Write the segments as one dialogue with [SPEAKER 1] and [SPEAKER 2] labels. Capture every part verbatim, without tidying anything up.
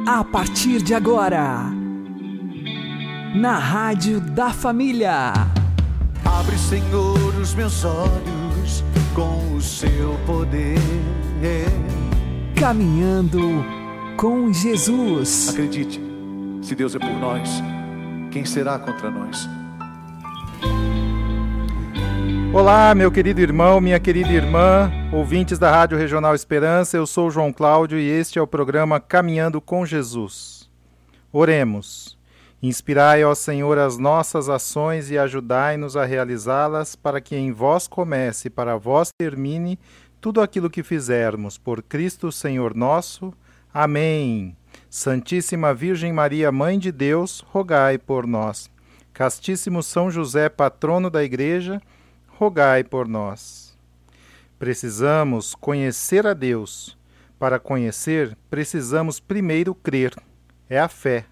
[SPEAKER 1] A partir de agora, na Rádio da Família.
[SPEAKER 2] Abre, Senhor, os meus olhos com o seu poder.
[SPEAKER 1] Caminhando com Jesus.
[SPEAKER 2] Acredite, se Deus é por nós, quem será contra nós?
[SPEAKER 3] Olá, meu querido irmão, minha querida irmã, ouvintes da Rádio Regional Esperança, eu sou João Cláudio e este é o programa Caminhando com Jesus. Oremos. Inspirai, ó Senhor, as nossas ações e ajudai-nos a realizá-las, para que em vós comece e para vós termine tudo aquilo que fizermos. Por Cristo, Senhor nosso. Amém. Santíssima Virgem Maria, Mãe de Deus, rogai por nós. Castíssimo São José, patrono da Igreja, rogai por nós. Precisamos conhecer a Deus. Para conhecer, precisamos primeiro crer. É a fé.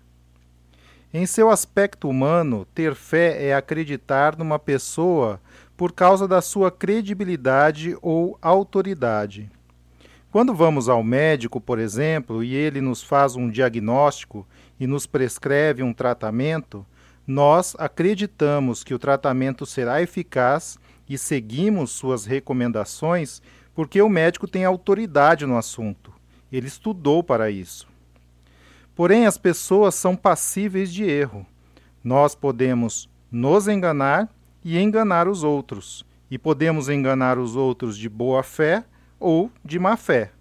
[SPEAKER 3] Em seu aspecto humano, ter fé é acreditar numa pessoa por causa da sua credibilidade ou autoridade. Quando vamos ao médico, por exemplo, e ele nos faz um diagnóstico e nos prescreve um tratamento, nós acreditamos que o tratamento será eficaz e seguimos suas recomendações porque o médico tem autoridade no assunto. Ele estudou para isso. Porém, as pessoas são passíveis de erro. Nós podemos nos enganar e enganar os outros. E podemos enganar os outros de boa fé ou de má fé.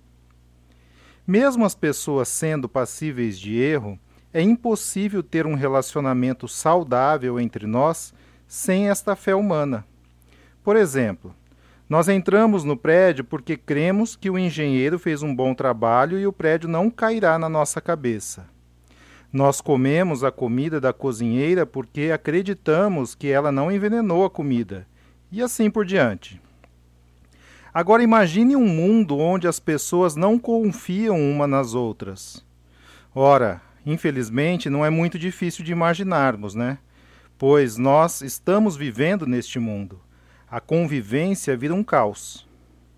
[SPEAKER 3] Mesmo as pessoas sendo passíveis de erro, é impossível ter um relacionamento saudável entre nós sem esta fé humana. Por exemplo, nós entramos no prédio porque cremos que o engenheiro fez um bom trabalho e o prédio não cairá na nossa cabeça. Nós comemos a comida da cozinheira porque acreditamos que ela não envenenou a comida, e assim por diante. Agora imagine um mundo onde as pessoas não confiam uma nas outras. Ora, infelizmente não é muito difícil de imaginarmos, né? Pois nós estamos vivendo neste mundo. A convivência vira um caos.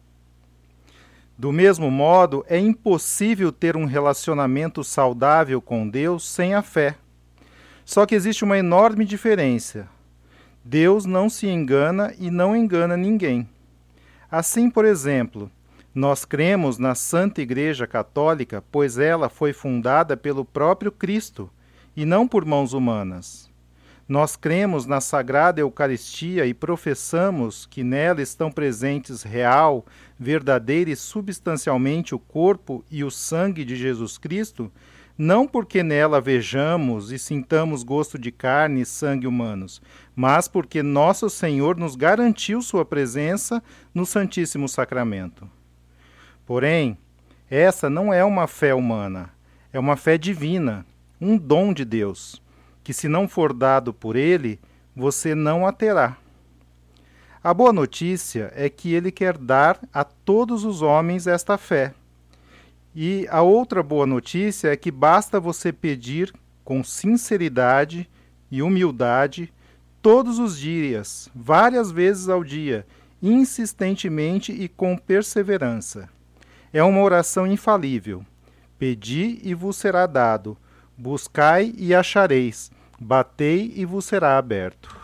[SPEAKER 3] Do mesmo modo, é impossível ter um relacionamento saudável com Deus sem a fé. Só que existe uma enorme diferença. Deus não se engana e não engana ninguém. Assim, por exemplo, nós cremos na Santa Igreja Católica, pois ela foi fundada pelo próprio Cristo e não por mãos humanas. Nós cremos na Sagrada Eucaristia e professamos que nela estão presentes real, verdadeira e substancialmente o corpo e o sangue de Jesus Cristo, não porque nela vejamos e sintamos gosto de carne e sangue humanos, mas porque nosso Senhor nos garantiu sua presença no Santíssimo Sacramento. Porém, essa não é uma fé humana, é uma fé divina, um dom de Deus, que se não for dado por ele, você não a terá. A boa notícia é que ele quer dar a todos os homens esta fé. E a outra boa notícia é que basta você pedir com sinceridade e humildade todos os dias, várias vezes ao dia, insistentemente e com perseverança. É uma oração infalível. Pedi e vos será dado. Buscai e achareis, batei e vos será aberto.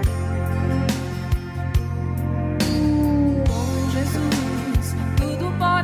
[SPEAKER 4] Tudo pode.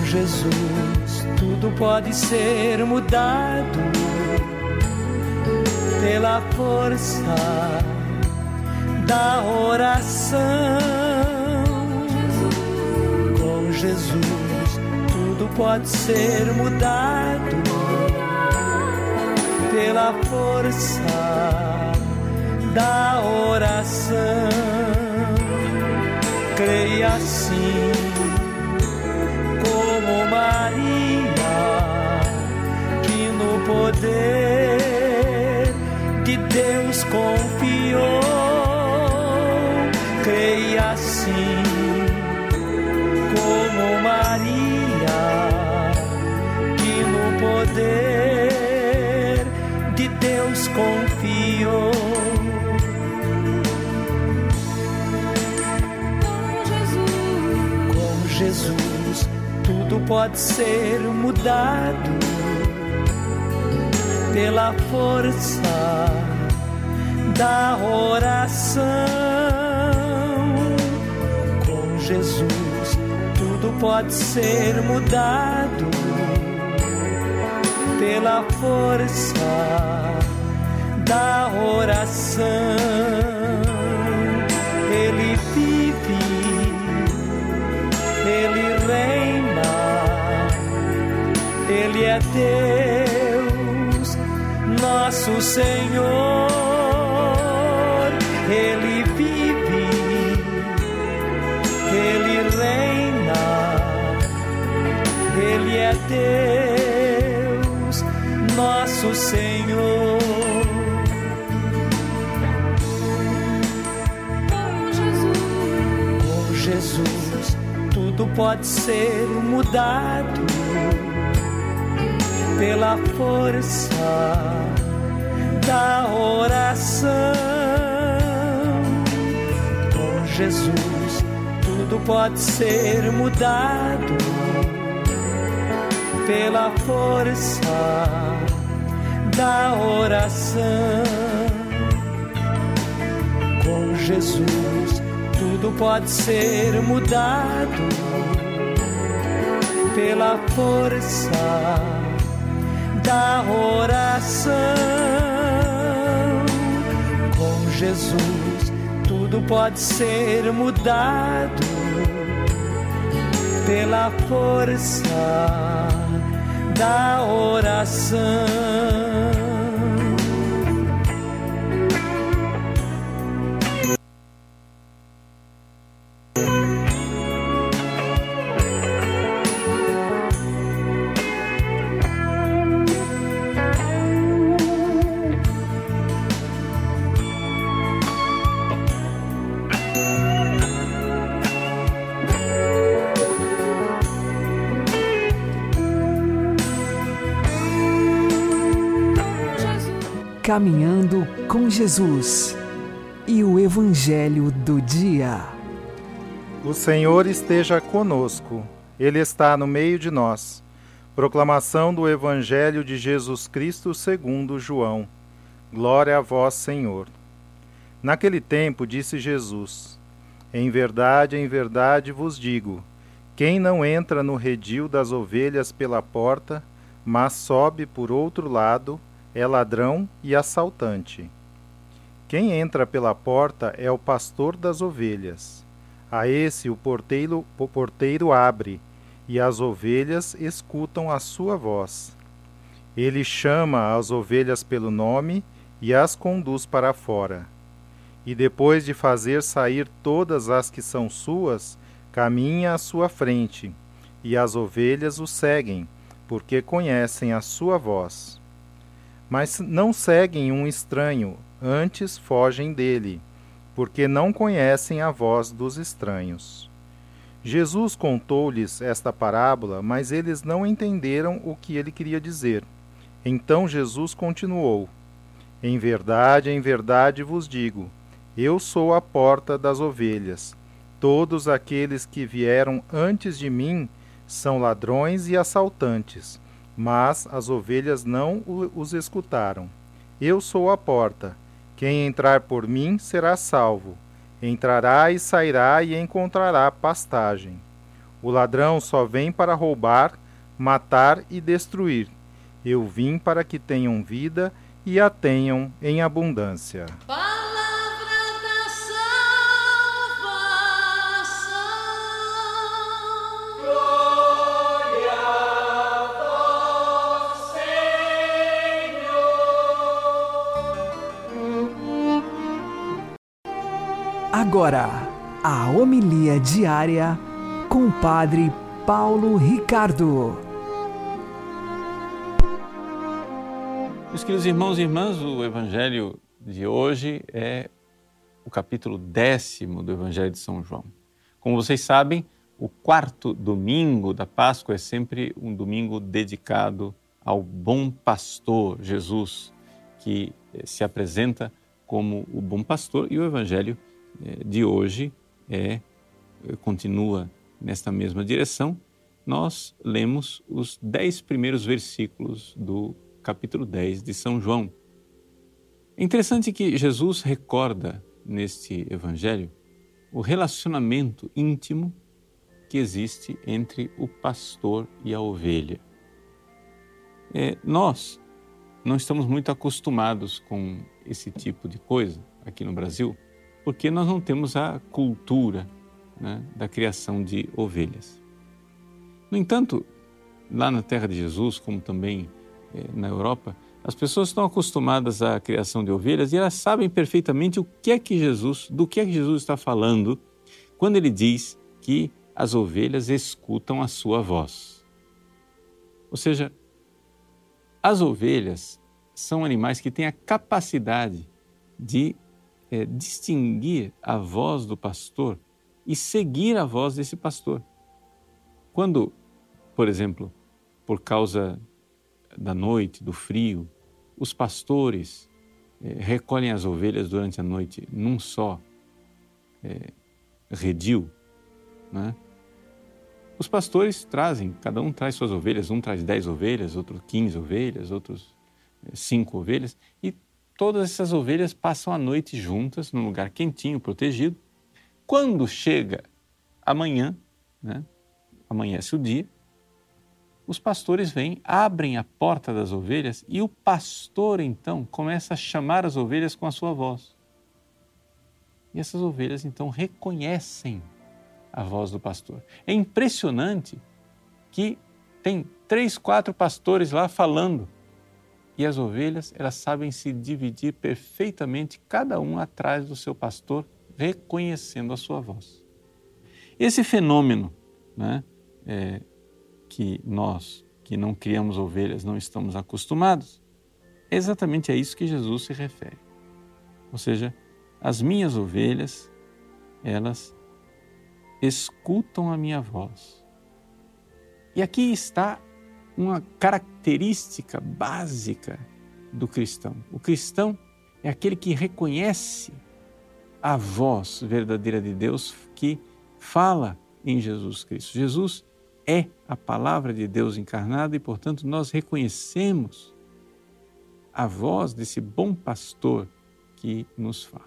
[SPEAKER 4] Jesus tudo pode ser mudado pela força da oração. Com Jesus tudo pode ser mudado pela força da oração. Creia assim como Maria, que no poder de Deus confiou. Creia assim como Maria, que no poder de Deus confiou. Com Jesus tudo pode ser mudado pela força da oração. Com Jesus tudo pode ser mudado pela força da oração. Ele vive, Ele reina, Ele é Deus, nosso Senhor. Ele vive, Ele reina, Ele é Deus, nosso Senhor. Com Jesus tudo pode ser mudado pela força da oração. Com Jesus tudo pode ser mudado pela força da oração. Com Jesus tudo pode ser mudado pela força da oração. Com Jesus tudo pode ser mudado pela força da oração.
[SPEAKER 1] Caminhando com Jesus e o Evangelho do Dia.
[SPEAKER 3] O Senhor esteja conosco, Ele está no meio de nós. Proclamação do Evangelho de Jesus Cristo segundo João. Glória a vós, Senhor. Naquele tempo disse Jesus: Em verdade, em verdade vos digo, quem não entra no redil das ovelhas pela porta, mas sobe por outro lado, é ladrão e assaltante. Quem entra pela porta é o pastor das ovelhas. A esse o porteiro, o porteiro abre, e as ovelhas escutam a sua voz. Ele chama as ovelhas pelo nome e as conduz para fora. E depois de fazer sair todas as que são suas, caminha à sua frente, e as ovelhas o seguem, porque conhecem a sua voz. Mas não seguem um estranho, antes fogem dele, porque não conhecem a voz dos estranhos. Jesus contou-lhes esta parábola, mas eles não entenderam o que ele queria dizer. Então Jesus continuou: Em verdade, em verdade vos digo, eu sou a porta das ovelhas. Todos aqueles que vieram antes de mim são ladrões e assaltantes, mas as ovelhas não os escutaram. Eu sou a porta. Quem entrar por mim será salvo. Entrará e sairá e encontrará pastagem. O ladrão só vem para roubar, matar e destruir. Eu vim para que tenham vida e a tenham em abundância.
[SPEAKER 5] Palavra da salvação. Glória a vós,
[SPEAKER 1] Senhor. Agora, a homilia diária com o Padre Paulo Ricardo.
[SPEAKER 6] Meus queridos irmãos e irmãs, o Evangelho de hoje é o capítulo décimo do Evangelho de São João. Como vocês sabem, o quarto domingo da Páscoa é sempre um domingo dedicado ao bom pastor Jesus, que se apresenta como o bom pastor, e o Evangelho de hoje é, continua nesta mesma direção. Nós lemos os dez primeiros versículos do capítulo dez de São João. É interessante que Jesus recorda neste evangelho o relacionamento íntimo que existe entre o pastor e a ovelha. É, nós não estamos muito acostumados com esse tipo de coisa aqui no Brasil, porque nós não temos a cultura, né, da criação de ovelhas. No entanto, lá na terra de Jesus, como também eh, na Europa, as pessoas estão acostumadas à criação de ovelhas e elas sabem perfeitamente o que é que Jesus, do que é que Jesus está falando quando ele diz que as ovelhas escutam a sua voz. Ou seja, as ovelhas são animais que têm a capacidade de eh, distinguir a voz do pastor e seguir a voz desse pastor. Quando, por exemplo, por causa da noite, do frio, os pastores eh, recolhem as ovelhas durante a noite num só eh, redil, né? Os pastores trazem, cada um traz suas ovelhas, um traz dez ovelhas, outro quinze ovelhas, outros eh, cinco ovelhas, e todas essas ovelhas passam a noite juntas, num lugar quentinho, protegido. Quando chega amanhã, né, amanhece o dia, os pastores vêm, abrem a porta das ovelhas e o pastor, então, começa a chamar as ovelhas com a sua voz. E essas ovelhas, então, reconhecem a voz do pastor. É impressionante que tem três, quatro pastores lá falando e as ovelhas, elas sabem se dividir perfeitamente, cada um atrás do seu pastor, reconhecendo a sua voz. Esse fenômeno, né, é, que nós, que não criamos ovelhas, não estamos acostumados, é exatamente a isso que Jesus se refere. Ou seja, as minhas ovelhas, elas escutam a minha voz. E aqui está uma característica básica do cristão. O cristão é aquele que reconhece a voz verdadeira de Deus que fala em Jesus Cristo. Jesus é a palavra de Deus encarnada e, portanto, nós reconhecemos a voz desse bom pastor que nos fala.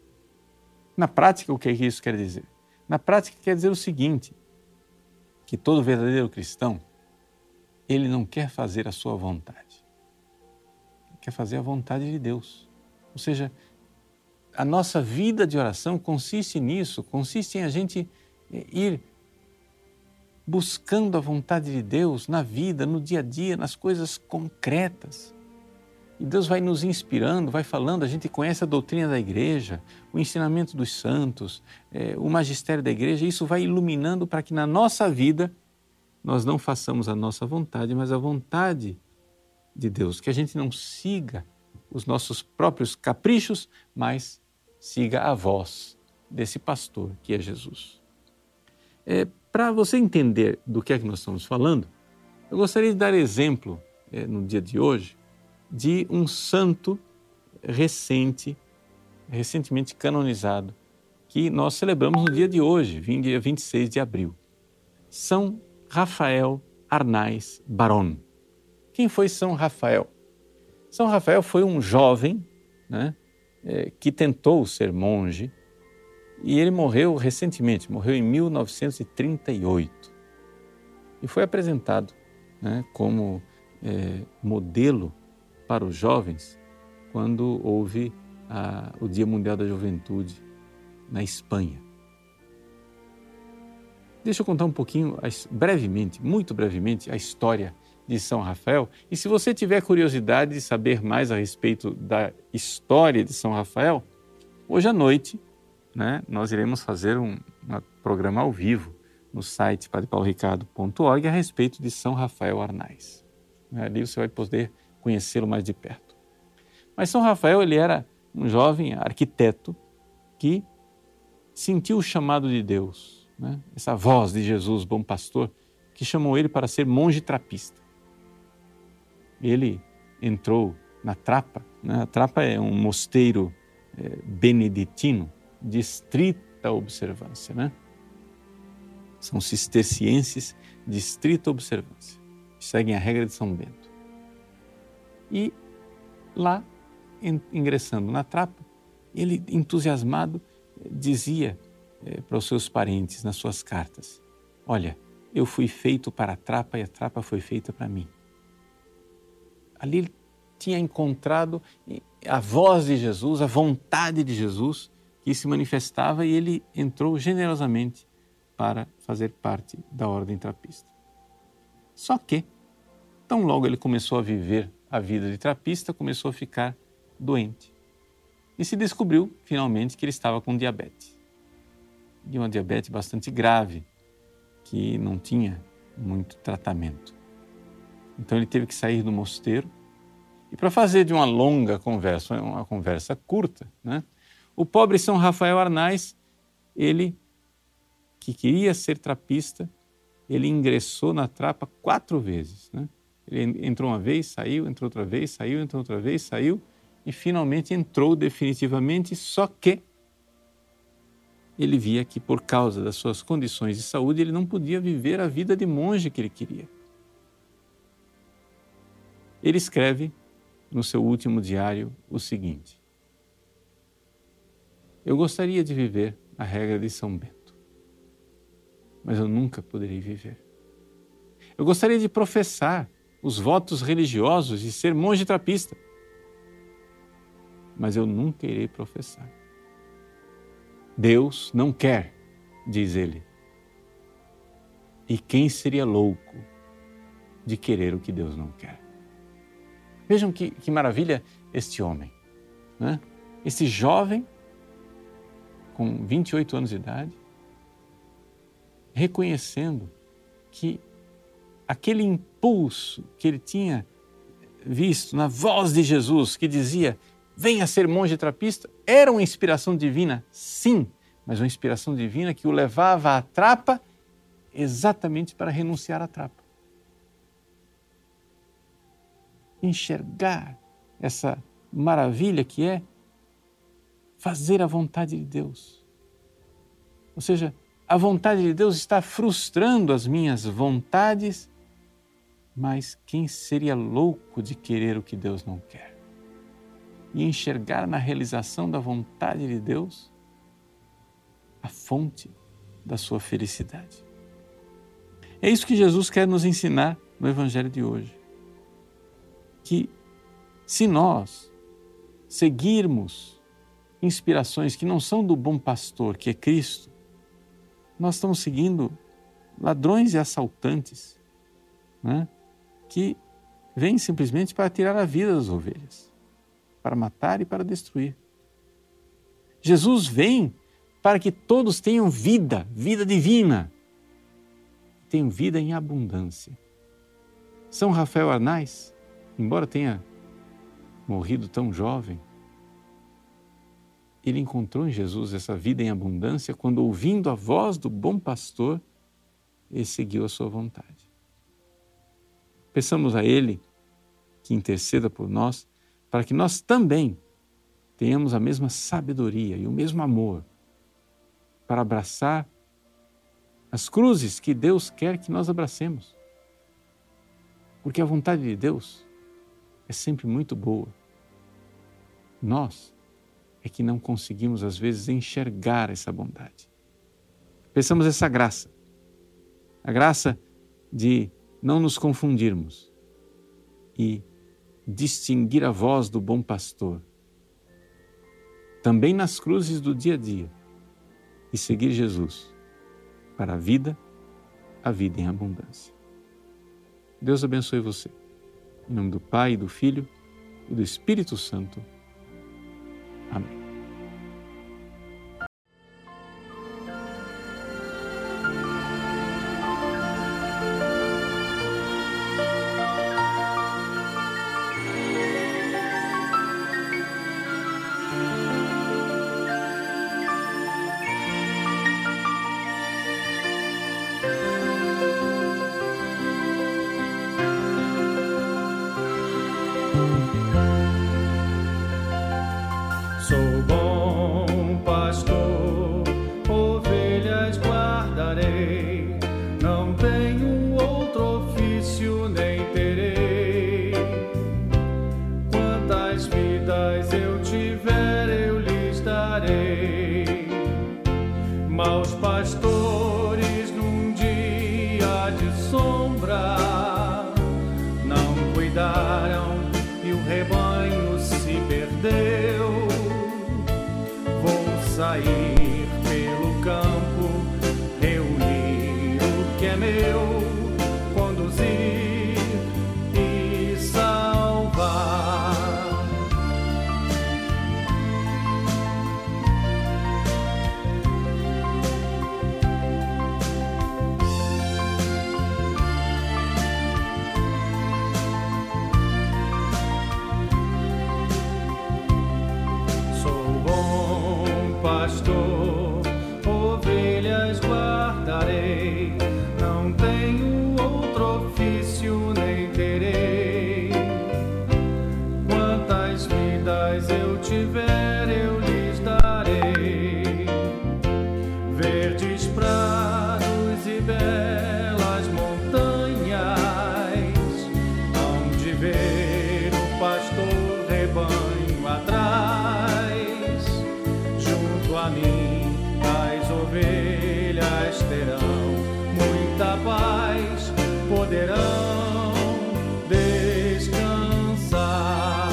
[SPEAKER 6] Na prática, o que é que isso quer dizer? Na prática, quer dizer o seguinte, que todo verdadeiro cristão, ele não quer fazer a sua vontade. Ele quer fazer a vontade de Deus. Ou seja, a nossa vida de oração consiste nisso, consiste em a gente ir buscando a vontade de Deus na vida, no dia a dia, nas coisas concretas. E Deus vai nos inspirando, vai falando, a gente conhece a doutrina da igreja, o ensinamento dos santos, é, o magistério da igreja, isso vai iluminando para que na nossa vida nós não façamos a nossa vontade, mas a vontade de Deus, que a gente não siga os nossos próprios caprichos, mas siga a voz desse pastor que é Jesus. É, para você entender do que é que nós estamos falando, eu gostaria de dar exemplo é, no dia de hoje de um santo recente, recentemente canonizado, que nós celebramos no dia de hoje, dia vinte e seis de abril. São Rafael Arnaiz Baron. Quem foi São Rafael? São Rafael foi um jovem, né, é, que tentou ser monge e ele morreu recentemente, morreu em mil novecentos e trinta e oito. e foi apresentado, né, como é, modelo para os jovens quando houve a, o Dia Mundial da Juventude na Espanha. Deixa eu contar um pouquinho, brevemente, muito brevemente, a história de São Rafael. E se você tiver curiosidade de saber mais a respeito da história de São Rafael, hoje à noite, né, nós iremos fazer um, um programa ao vivo no site padre paulo ricardo ponto org a respeito de São Rafael Arnaiz. Ali você vai poder conhecê-lo mais de perto. Mas São Rafael, ele era um jovem arquiteto que sentiu o chamado de Deus, né? Essa voz de Jesus, bom pastor, que chamou ele para ser monge trapista. Ele entrou na Trapa, né? A Trapa é um mosteiro é, beneditino de estrita observância, né? São cistercienses de estrita observância, que seguem a regra de São Bento. E lá, ingressando na Trapa, ele, entusiasmado, dizia eh, para os seus parentes nas suas cartas: olha, eu fui feito para a Trapa e a Trapa foi feita para mim. Ali ele tinha encontrado a voz de Jesus, a vontade de Jesus que se manifestava, e ele entrou generosamente para fazer parte da ordem trapista. Só que, tão logo ele começou a viver a vida de trapista, começou a ficar doente. E se descobriu, finalmente, que ele estava com diabetes. E uma diabetes bastante grave, que não tinha muito tratamento. Então ele teve que sair do mosteiro. E para fazer de uma longa conversa, uma conversa curta, né, o pobre São Rafael Arnaiz, ele, que queria ser trapista, ele ingressou na Trapa quatro vezes, né? Ele entrou uma vez, saiu, entrou outra vez, saiu, entrou outra vez, saiu, e finalmente entrou definitivamente, só que ele via que por causa das suas condições de saúde ele não podia viver a vida de monge que ele queria. Ele escreve no seu último diário o seguinte: eu gostaria de viver a regra de São Bento, mas eu nunca poderei viver. Eu gostaria de professar os votos religiosos e ser monge trapista, mas eu nunca irei professar. Deus não quer, diz ele. E quem seria louco de querer o que Deus não quer? Vejam que, que maravilha este homem, né? Esse jovem, com vinte e oito anos de idade, reconhecendo que aquele impulso que ele tinha visto na voz de Jesus, que dizia: venha ser monge trapista, era uma inspiração divina, sim, mas uma inspiração divina que o levava à Trapa exatamente para renunciar à Trapa. Enxergar essa maravilha que é fazer a vontade de Deus. Ou seja, a vontade de Deus está frustrando as minhas vontades, mas quem seria louco de querer o que Deus não quer? E enxergar na realização da vontade de Deus a fonte da sua felicidade. É isso que Jesus quer nos ensinar no Evangelho de hoje. Que se nós seguirmos inspirações que não são do bom pastor, que é Cristo, nós estamos seguindo ladrões e assaltantes, né, que vêm simplesmente para tirar a vida das ovelhas, para matar e para destruir. Jesus vem para que todos tenham vida, vida divina, tenham vida em abundância. São Rafael Arnaiz, embora tenha morrido tão jovem, ele encontrou em Jesus essa vida em abundância quando, ouvindo a voz do bom pastor, ele seguiu a sua vontade. Peçamos a Ele que interceda por nós, para que nós também tenhamos a mesma sabedoria e o mesmo amor para abraçar as cruzes que Deus quer que nós abracemos. Porque a vontade de Deus é sempre muito boa. Nós é que não conseguimos, às vezes, enxergar essa bondade. Peçamos essa graça, a graça de não nos confundirmos e distinguir a voz do bom pastor, também nas cruzes do dia a dia, e seguir Jesus para a vida, a vida em abundância. Deus abençoe você. Em nome do Pai, do Filho e do Espírito Santo. Amém.
[SPEAKER 7] Sou bom pastor, ovelhas guardarei, não tenho outro ofício nem terei. Quantas vidas eu tiver, eu lhes darei. Maus pastores num dia de sombra não cuidaram e o rebanho se perdeu. Sair pelo campo, reunir o que é meu, conduzir e salvar. Pastor, ovelhas guardarei, não tenho outro ofício nem terei. Quantas vidas eu tiver, eu lhes darei. Verdes prados e belas montanhas, hão de ver o pastor rebanho atrás. A mim as ovelhas terão muita paz, poderão descansar.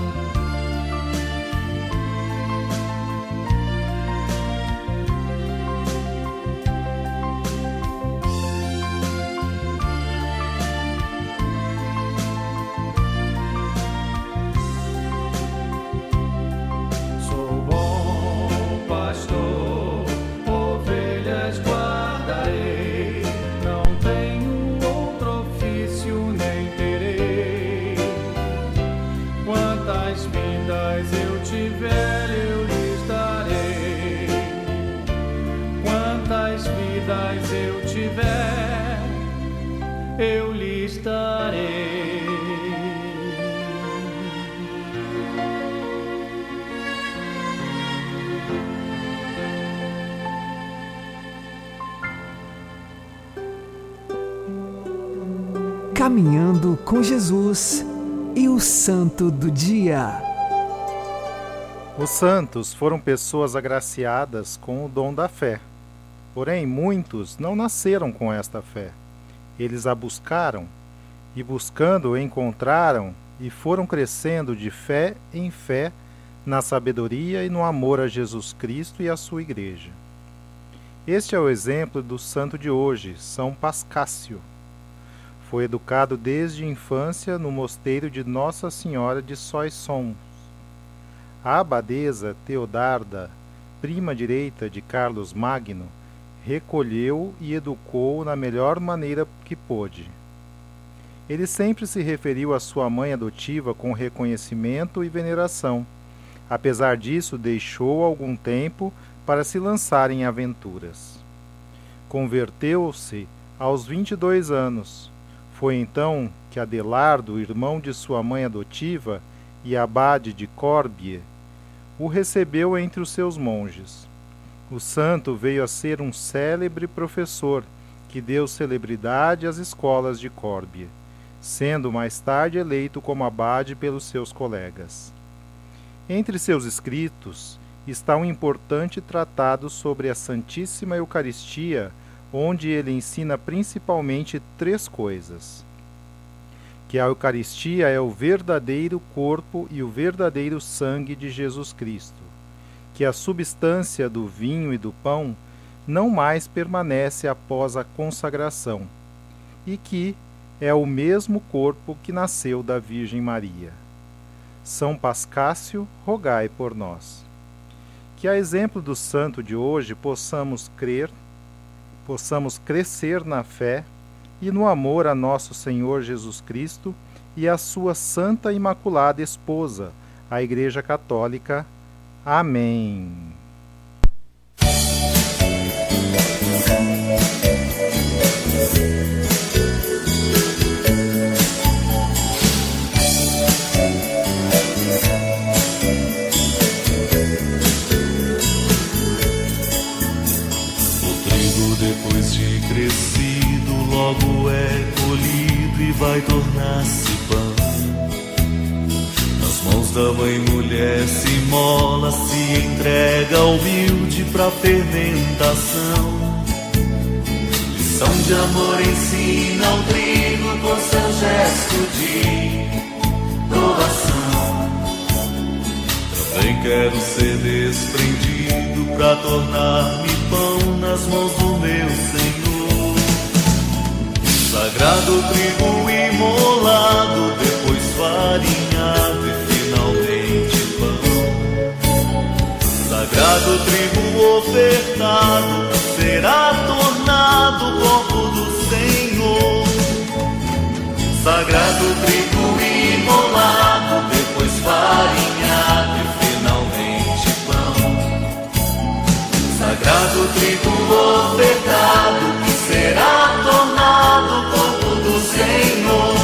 [SPEAKER 7] Sou bom pastor, ovelhas guardarei, não tenho outro ofício nem terei. Quantas vidas eu tiver, eu lhes darei. Quantas vidas eu tiver, eu lhes darei.
[SPEAKER 1] Caminhando com Jesus e o Santo do Dia.
[SPEAKER 3] Os santos foram pessoas agraciadas com o dom da fé. Porém, muitos não nasceram com esta fé. Eles a buscaram, e buscando encontraram, e foram crescendo de fé em fé, na sabedoria e no amor a Jesus Cristo e a sua Igreja. Este é o exemplo do santo de hoje, São Pascácio. Foi educado desde a infância no mosteiro de Nossa Senhora de Soissons. A abadesa Teodarda, prima direita de Carlos Magno, recolheu e educou na melhor maneira que pôde. Ele sempre se referiu à sua mãe adotiva com reconhecimento e veneração. Apesar disso, deixou algum tempo para se lançar em aventuras. Converteu-se aos vinte e dois anos. Foi então que Adelardo, irmão de sua mãe adotiva e abade de Corbie, o recebeu entre os seus monges. O santo veio a ser um célebre professor que deu celebridade às escolas de Corbie, sendo mais tarde eleito como abade pelos seus colegas. Entre seus escritos está um importante tratado sobre a Santíssima Eucaristia, onde ele ensina principalmente três coisas: que a Eucaristia é o verdadeiro corpo e o verdadeiro sangue de Jesus Cristo, que a substância do vinho e do pão não mais permanece após a consagração, e que é o mesmo corpo que nasceu da Virgem Maria. São Pascácio, rogai por nós. Que a exemplo do santo de hoje possamos crer, possamos crescer na fé e no amor a nosso Senhor Jesus Cristo e a sua Santa Imaculada Esposa, a Igreja Católica. Amém.
[SPEAKER 8] Depois de crescido, logo é colhido e vai tornar-se pão. Nas mãos da mãe mulher se mola, se entrega humilde pra fermentação. Lição de amor ensina ao trigo com seu gesto de doação. Também quero ser desprendido pra tornar-me pão nas mãos do meu Senhor. Sagrado trigo imolado, depois farinhado e finalmente pão. Sagrado trigo ofertado, será tornado corpo do Senhor. Sagrado trigo imolado, depois farinhado e finalmente pão. Sagrado trigo ofertado, que será tornado corpo do Senhor.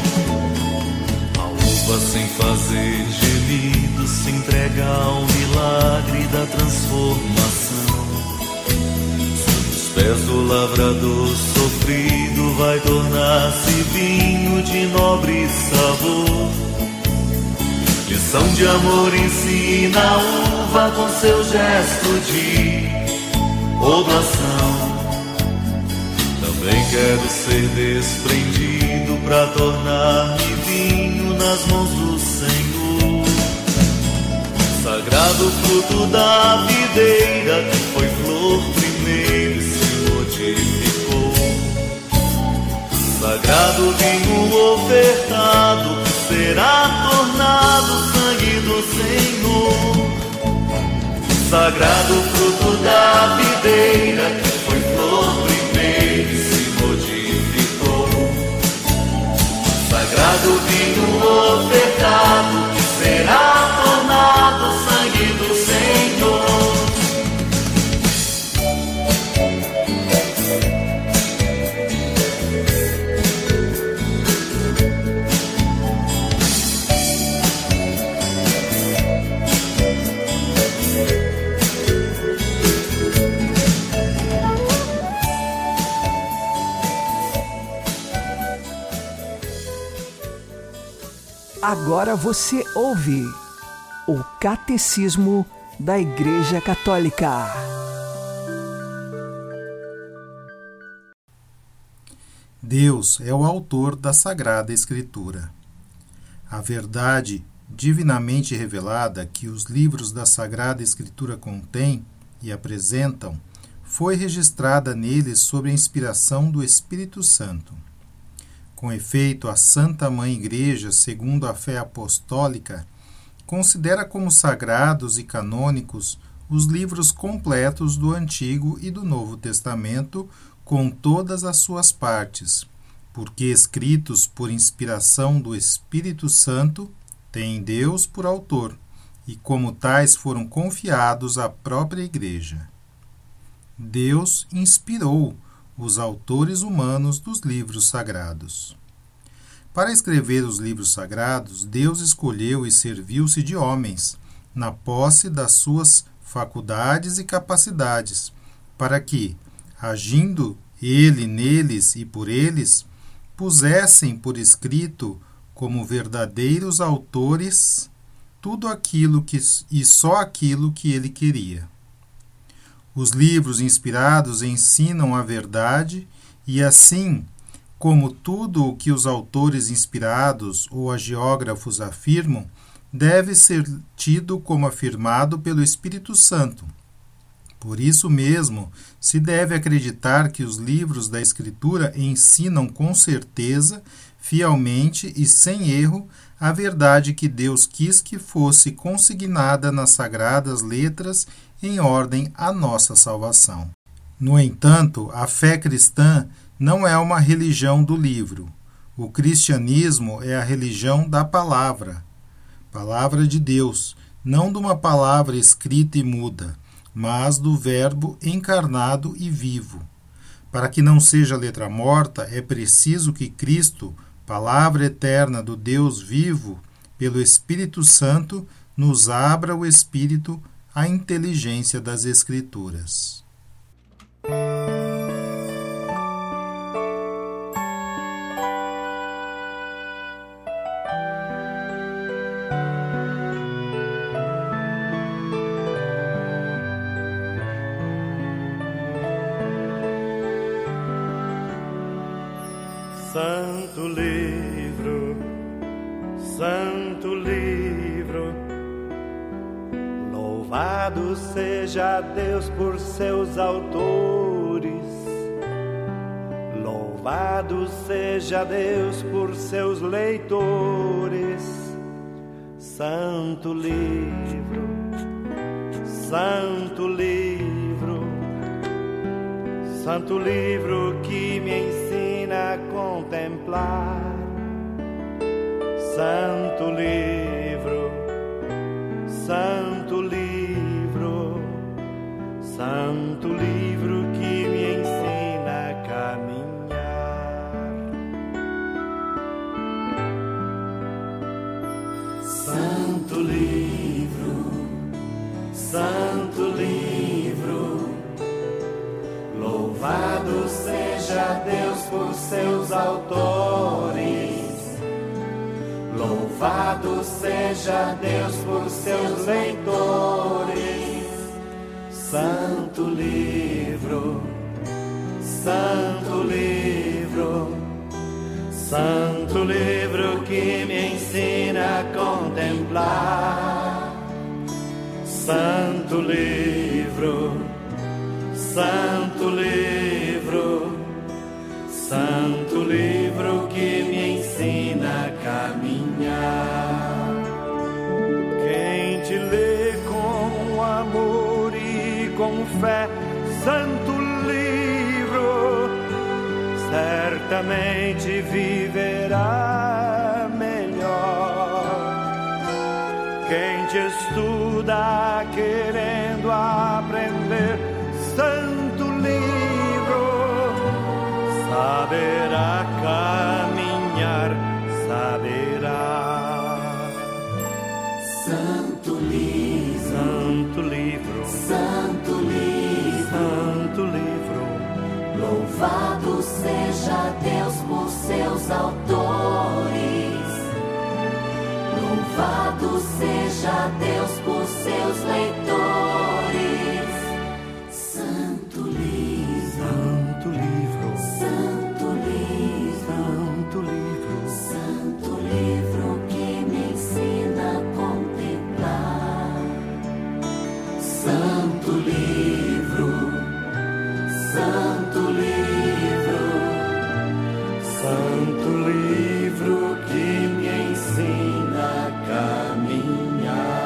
[SPEAKER 8] A uva sem fazer gemido se entrega ao milagre da transformação. Sob os pés do lavrador sofrido vai tornar-se vinho de nobre sabor. Lição de amor ensina a uva com seu gesto de oblação. Também quero ser desprendido pra tornar-me vinho nas mãos do Senhor. Sagrado fruto da videira, que foi flor primeiro e se modificou. Sagrado vinho ofertado, que será tornado sangue do Senhor. Sagrado fruto da videira, que foi flor primeiro e se modificou. Sagrado vinho ofertado, que será tornado sangue do Senhor.
[SPEAKER 1] Agora você ouve o Catecismo da Igreja Católica.
[SPEAKER 3] Deus é o autor da Sagrada Escritura. A verdade divinamente revelada que os livros da Sagrada Escritura contêm e apresentam foi registrada neles sob a inspiração do Espírito Santo. Com efeito, a Santa Mãe Igreja, segundo a fé apostólica, considera como sagrados e canônicos os livros completos do Antigo e do Novo Testamento, com todas as suas partes, porque escritos por inspiração do Espírito Santo, têm Deus por autor, e como tais foram confiados à própria Igreja. Deus inspirou os autores humanos dos livros sagrados. Para escrever os livros sagrados, Deus escolheu e serviu-se de homens, na posse das suas faculdades e capacidades, para que, agindo Ele neles e por eles, pusessem por escrito, como verdadeiros autores, tudo aquilo que, e só aquilo que Ele queria. Os livros inspirados ensinam a verdade e, assim como tudo o que os autores inspirados ou agiógrafos afirmam, deve ser tido como afirmado pelo Espírito Santo. Por isso mesmo, se deve acreditar que os livros da Escritura ensinam com certeza, fielmente e sem erro, a verdade que Deus quis que fosse consignada nas sagradas letras em ordem à nossa salvação. No entanto, a fé cristã não é uma religião do livro. O cristianismo é a religião da palavra, palavra de Deus, não de uma palavra escrita e muda, mas do Verbo encarnado e vivo. Para que não seja letra morta, é preciso que Cristo, palavra eterna do Deus vivo, pelo Espírito Santo, nos abra o Espírito, a inteligência das Escrituras.
[SPEAKER 8] Santo livro, santo livro, louvado seja Deus por seus autores, louvado seja Deus por seus leitores. Santo livro, santo livro, santo livro que me ensina a contemplar. Santo livro, santo livro, santo livro que me ensina a caminhar. Santo livro, santo livro, louvado seja Deus por seus autores, louvado seja Deus por seus leitores. Santo livro, santo livro, santo livro que me ensina a contemplar. Santo livro, santo livro, santo livro que me ensina a caminhar. Quem te lê com amor e com fé, santo livro, certamente viverá melhor. Quem te estuda querendo aprender, santo livro, saberá caminhar, saberá.
[SPEAKER 9] Santo livro,
[SPEAKER 8] santo livro,
[SPEAKER 9] santo livro,
[SPEAKER 8] santo livro,
[SPEAKER 9] louvado seja Deus por seus autores, louvado seja Deus por seus leitores. Santo livro,
[SPEAKER 8] santo livro,
[SPEAKER 9] santo livro,
[SPEAKER 8] santo livro,
[SPEAKER 9] santo livro que me ensina a contemplar. Santo livro, santo livro,
[SPEAKER 8] santo livro que me ensina a caminhar.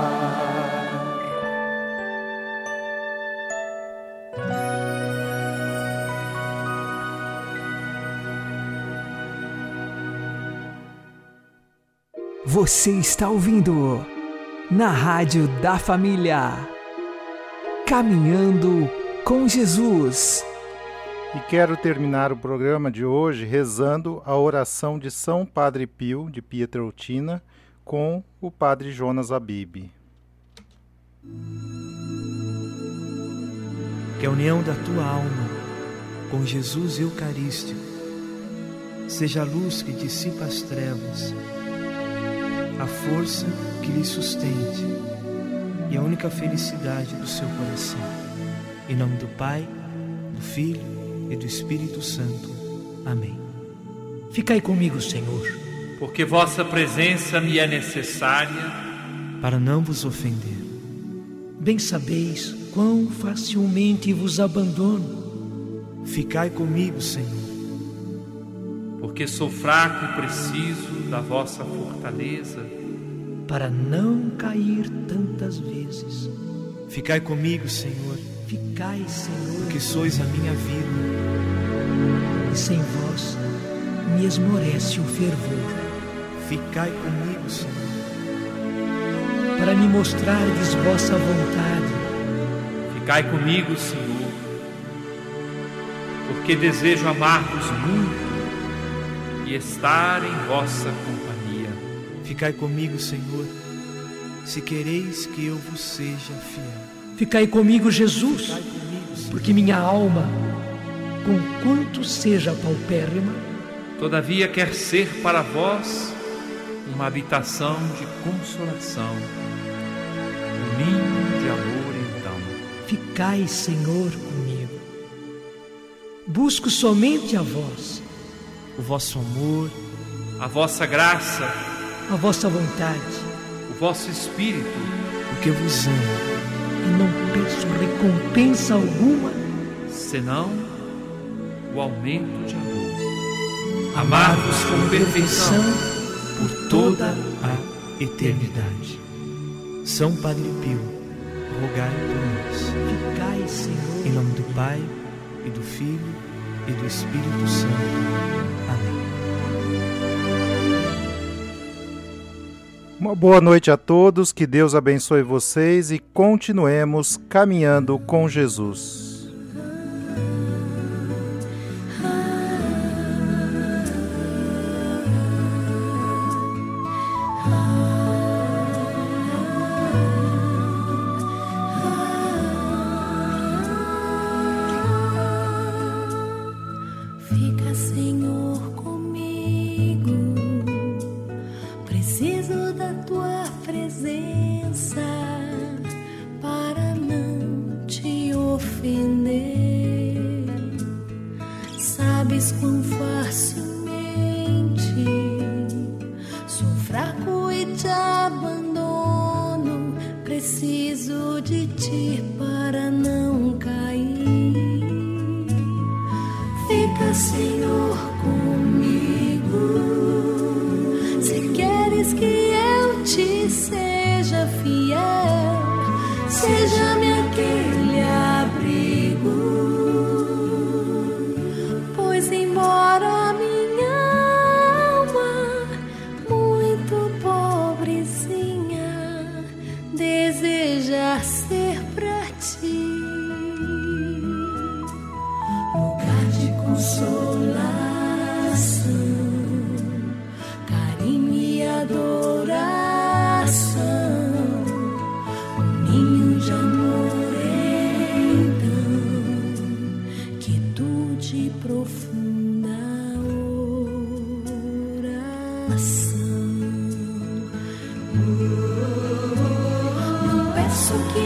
[SPEAKER 1] Você está ouvindo na Rádio da Família, Caminhando com Jesus.
[SPEAKER 3] E quero terminar o programa de hoje rezando a oração de São Padre Pio, de Pietrelcina, com o Padre Jonas Abib.
[SPEAKER 10] Que a união da tua alma com Jesus Eucarístico seja a luz que dissipa as trevas, a força que lhe sustente e a única felicidade do seu coração. Em nome do Pai, do Filho e do Espírito Santo. Amém.
[SPEAKER 11] Ficai comigo, Senhor,
[SPEAKER 7] porque vossa presença me é necessária,
[SPEAKER 10] para não vos ofender.
[SPEAKER 11] Bem sabeis quão facilmente vos abandono.
[SPEAKER 10] Ficai comigo, Senhor,
[SPEAKER 7] porque sou fraco e preciso da vossa fortaleza,
[SPEAKER 11] para não cair tantas vezes.
[SPEAKER 10] Ficai comigo, Senhor,
[SPEAKER 11] Ficai, Senhor,
[SPEAKER 10] porque sois a minha vida,
[SPEAKER 11] e sem vós me esmorece o fervor.
[SPEAKER 10] Ficai comigo, Senhor,
[SPEAKER 11] para me mostrardes vossa vontade.
[SPEAKER 7] Ficai comigo, Senhor, porque desejo amar-vos muito e estar em vossa companhia.
[SPEAKER 10] Ficai comigo, Senhor, se quereis que eu vos seja fiel.
[SPEAKER 11] Ficai comigo, Jesus,
[SPEAKER 10] Ficai comigo, Senhor,
[SPEAKER 11] porque minha alma, conquanto seja paupérrima,
[SPEAKER 7] Todavia quer ser para vós uma habitação de consolação, um ninho de amor então.
[SPEAKER 11] ficai, Senhor, comigo. Busco somente a vós,
[SPEAKER 10] o vosso amor,
[SPEAKER 7] A vossa graça,
[SPEAKER 11] a vossa vontade,
[SPEAKER 7] o vosso espírito,
[SPEAKER 10] porque vos amo,
[SPEAKER 11] e não peço recompensa alguma,
[SPEAKER 7] senão o aumento de amor. Amar-vos com perfeição
[SPEAKER 10] por toda a eternidade. São Padre Pio, rogai por nós.
[SPEAKER 11] ficai, Senhor,
[SPEAKER 10] Em nome do Pai, e do Filho, e do Espírito Santo. Amém.
[SPEAKER 3] Uma boa noite a todos, que Deus abençoe vocês e continuemos caminhando com Jesus.
[SPEAKER 9] Fica, Senhor, comigo. Preciso da tua presença para não te ofender. Sabes quão facilmente sou fraco e te abandono. Preciso de ti para não cair. Fica, Senhor, comigo. Se queres que eu te seja fiel, seja-me aquele abrigo. Pois embora minha alma, muito pobrezinha, deseja ser pra ti lugar de consolação, carinho e adoração, um ninho de amor, então, quietude profunda oração. Não peço que